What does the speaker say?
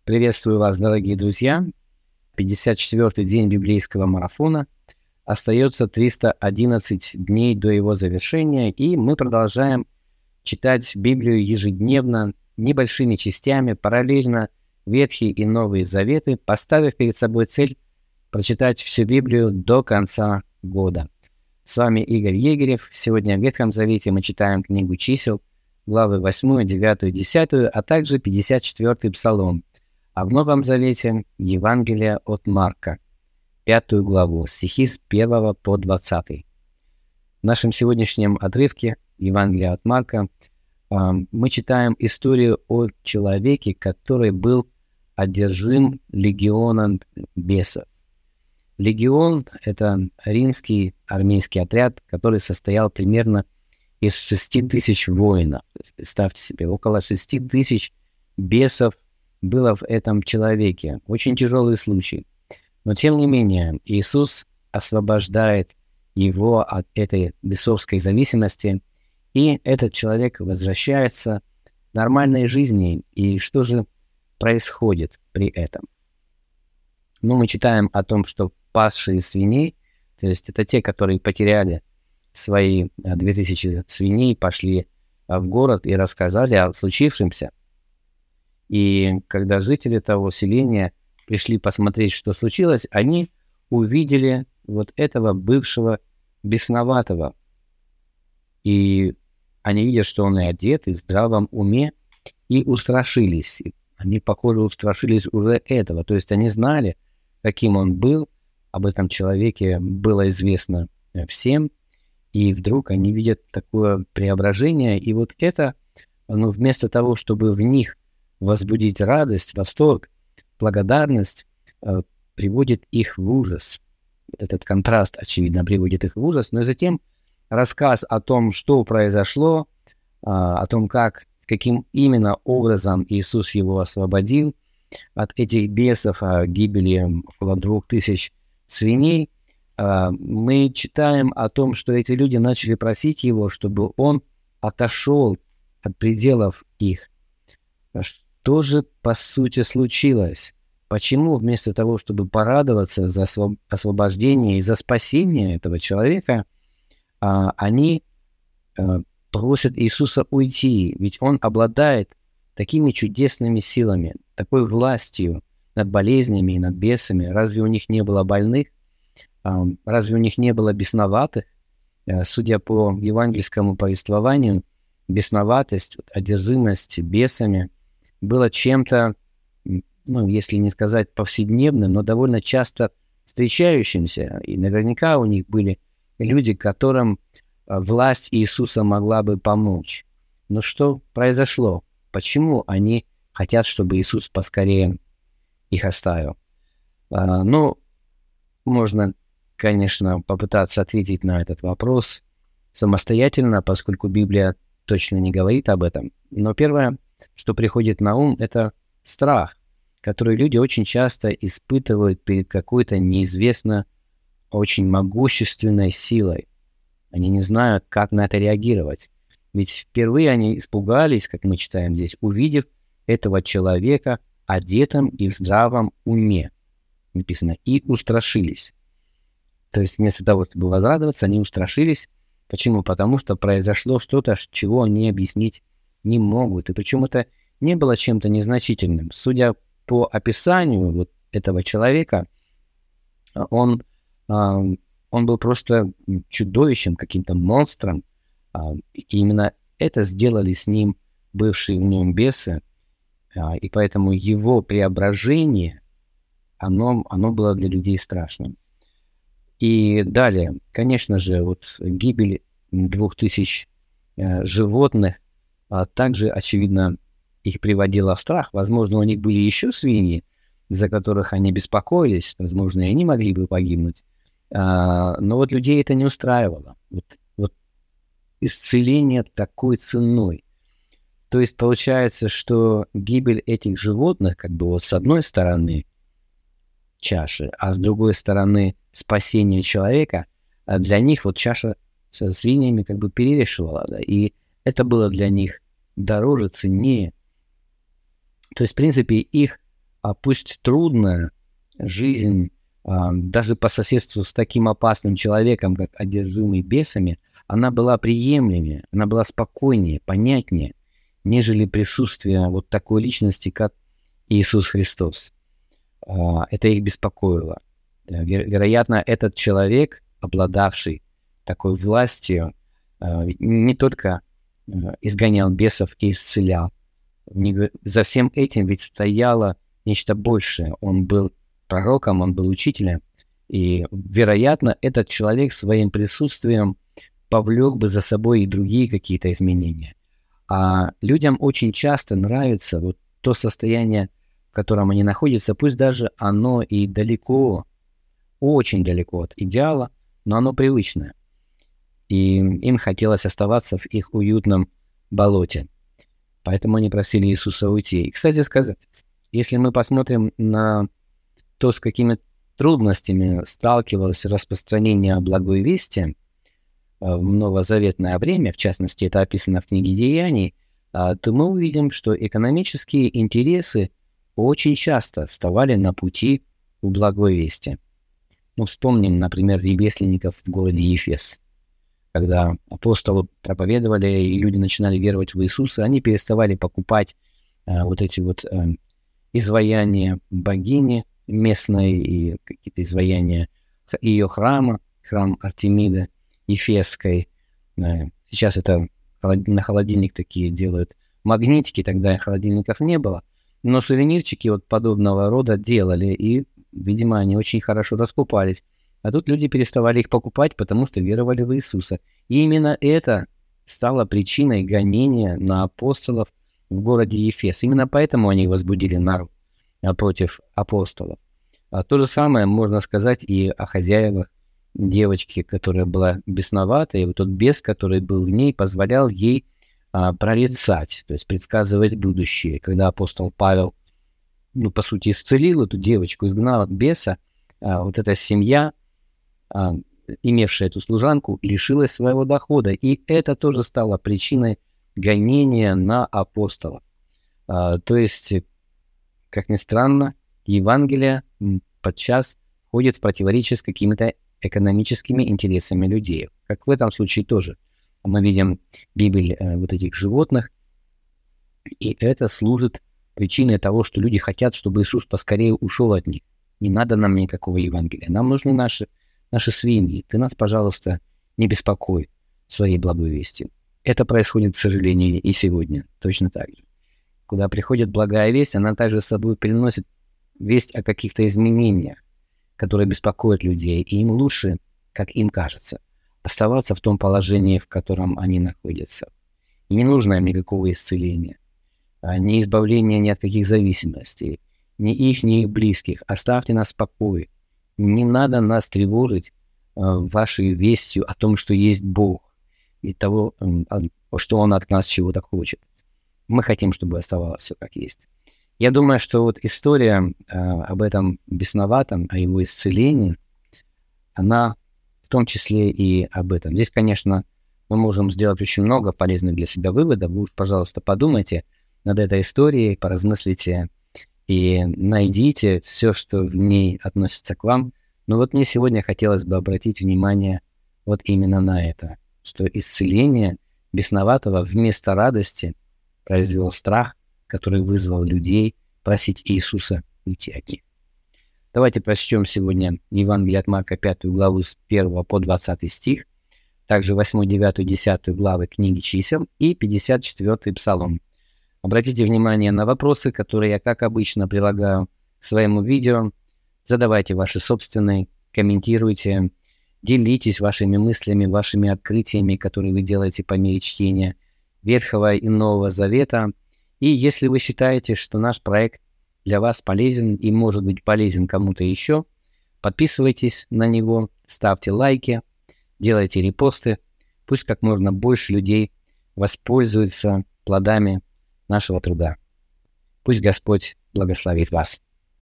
Приветствую вас, дорогие друзья. 54-й день библейского марафона. Остается 311 дней до его завершения, и мы продолжаем читать Библию ежедневно, небольшими частями, параллельно Ветхий и Новые Заветы, поставив перед собой цель прочитать всю Библию до конца года. С вами Игорь Егерев. Сегодня в Ветхом Завете мы читаем книгу Чисел, главы 8, 9, 10, а также 54-й Псалом. А в Новом Завете Евангелие от Марка, 5 главу, стихи с 1 по 20. В нашем сегодняшнем отрывке Евангелия от Марка мы читаем историю о человеке, который был одержим легионом бесов. Легион — это римский армейский отряд, который состоял примерно из 6 тысяч воинов. Представьте себе, около 6 тысяч бесов было в этом человеке. Очень тяжелый случай. Но тем не менее, Иисус освобождает его от этой бесовской зависимости, и этот человек возвращается к нормальной жизни. И что же происходит при этом? Мы читаем о том, что пасшие свиней, то есть это те, которые потеряли свои 2000 свиней, пошли в город и рассказали о случившемся. И когда жители того селения пришли посмотреть, что случилось, они увидели вот этого бывшего бесноватого. И они видят, что он и одет, и в здравом уме, и устрашились. Они, похоже, устрашились уже этого. То есть они знали, каким он был, об этом человеке было известно всем, и вдруг они видят такое преображение, и вот это, вместо того, чтобы в них возбудить радость, восторг, благодарность, приводит их в ужас. Этот контраст, очевидно, приводит их в ужас, но и затем рассказ о том, что произошло, о том, каким именно образом Иисус его освободил от этих бесов, о гибели около 2000 свиней, мы читаем о том, что эти люди начали просить его, чтобы он отошел от пределов их. Что же, по сути, случилось? Почему вместо того, чтобы порадоваться за освобождение и за спасение этого человека, они просят Иисуса уйти? Ведь он обладает такими чудесными силами, такой властью над болезнями и над бесами. Разве у них не было больных? Разве у них не было бесноватых? Судя по евангельскому повествованию, бесноватость, одержимость бесами было чем-то, если не сказать повседневным, но довольно часто встречающимся. И наверняка у них были люди, которым власть Иисуса могла бы помочь. Но что произошло? Почему они хотят, чтобы Иисус поскорее их оставил? Можно, конечно, попытаться ответить на этот вопрос самостоятельно, поскольку Библия точно не говорит об этом. Но первое, что приходит на ум, это страх, который люди очень часто испытывают перед какой-то неизвестно очень могущественной силой. Они не знают, как на это реагировать. Ведь впервые они испугались, как мы читаем здесь, увидев этого человека одетым и в здравом уме. Написано, и устрашились. То есть вместо того, чтобы возрадоваться, они устрашились. Почему? Потому что произошло что-то, чего они объяснить не могут. И причем это не было чем-то незначительным. Судя по описанию вот этого человека, он был просто чудовищем, каким-то монстром. И именно это сделали с ним бывшие в нем бесы. И поэтому его преображение, оно было для людей страшным. И далее, конечно же, гибель 2000 животных также, очевидно, их приводила в страх. Возможно, у них были еще свиньи, за которых они беспокоились. Возможно, и они могли бы погибнуть. Но людей это не устраивало. Исцеление такой ценой. То есть получается, что гибель этих животных, с одной стороны чаши, а с другой стороны спасение человека, для них чаша со свиньями перевешивала. Да, и это было для них дороже, ценнее. То есть, в принципе, их пусть трудная жизнь, даже по соседству с таким опасным человеком, как одержимый бесами, она была приемлемее, она была спокойнее, понятнее, нежели присутствие вот такой личности, как Иисус Христос. Это их беспокоило. Вероятно, этот человек, обладавший такой властью, не только изгонял бесов и исцелял. За всем этим ведь стояло нечто большее. Он был пророком, он был учителем. И, вероятно, этот человек своим присутствием повлек бы за собой и другие какие-то изменения. А людям очень часто нравится вот то состояние, в котором они находятся, пусть даже оно и далеко, очень далеко от идеала, но оно привычное. И им хотелось оставаться в их уютном болоте. Поэтому они просили Иисуса уйти. И, кстати сказать, если мы посмотрим на то, с какими трудностями сталкивалось распространение благой вести в новозаветное время, в частности, это описано в книге Деяний, то мы увидим, что экономические интересы очень часто вставали на пути у благой вести. Ну, вспомним, например, ремесленников в городе Ефес. Когда апостолы проповедовали, и люди начинали веровать в Иисуса, они переставали покупать вот эти вот изваяния богини местной и какие-то изваяния ее храма, храм Артемиды Ефесской. Сейчас это на холодильник такие делают магнитики, тогда холодильников не было. Но сувенирчики вот подобного рода делали, и, видимо, они очень хорошо раскупались. А тут люди переставали их покупать, потому что веровали в Иисуса. И именно это стало причиной гонения на апостолов в городе Ефес. Именно поэтому они возбудили народ против апостолов. То же самое можно сказать и о хозяевах девочки, которая была бесновата, и вот тот бес, который был в ней, позволял ей прорицать, то есть предсказывать будущее. Когда апостол Павел, по сути, исцелил эту девочку, изгнал от беса, вот эта семья, имевшая эту служанку, лишилась своего дохода. И это тоже стало причиной гонения на апостолов. То есть, как ни странно, Евангелие подчас входит в противоречие с какими-то экономическими интересами людей. Как в этом случае тоже. Мы видим гибель вот этих животных, и это служит причиной того, что люди хотят, чтобы Иисус поскорее ушел от них. Не надо нам никакого Евангелия. Нам нужны наши свиньи. Ты нас, пожалуйста, не беспокой своей благой вестью. Это происходит, к сожалению, и сегодня. Точно так же. Куда приходит благая весть, она также с собой приносит весть о каких-то изменениях, которые беспокоят людей. И им лучше, как им кажется, оставаться в том положении, в котором они находятся. И не нужно им никакого исцеления, ни избавления ни от каких зависимостей, ни их, ни их близких. Оставьте нас в покое. Не надо нас тревожить вашей вестью о том, что есть Бог, и того, что Он от нас чего-то хочет. Мы хотим, чтобы оставалось все как есть. Я думаю, что вот история об этом бесноватом, о его исцелении, она в том числе и об этом. Здесь, конечно, мы можем сделать очень много полезных для себя выводов. Вы уж, пожалуйста, подумайте над этой историей, поразмыслите и найдите все, что в ней относится к вам. Но вот мне сегодня хотелось бы обратить внимание вот именно на это, что исцеление бесноватого вместо радости произвело страх, который вызвал людей просить Иисуса уйти от них. Давайте прочтем сегодня Евангелие от Марка, 5 главу с 1 по 20 стих, также 8, 9, 10 главы книги чисел и 54 псалом. Обратите внимание на вопросы, которые я, как обычно, прилагаю к своему видео. Задавайте ваши собственные, комментируйте, делитесь вашими мыслями, вашими открытиями, которые вы делаете по мере чтения Ветхого и Нового Завета. И если вы считаете, что наш проект для вас полезен и может быть полезен кому-то еще, подписывайтесь на него, ставьте лайки, делайте репосты. Пусть как можно больше людей воспользуются плодами нашего труда. Пусть Господь благословит вас.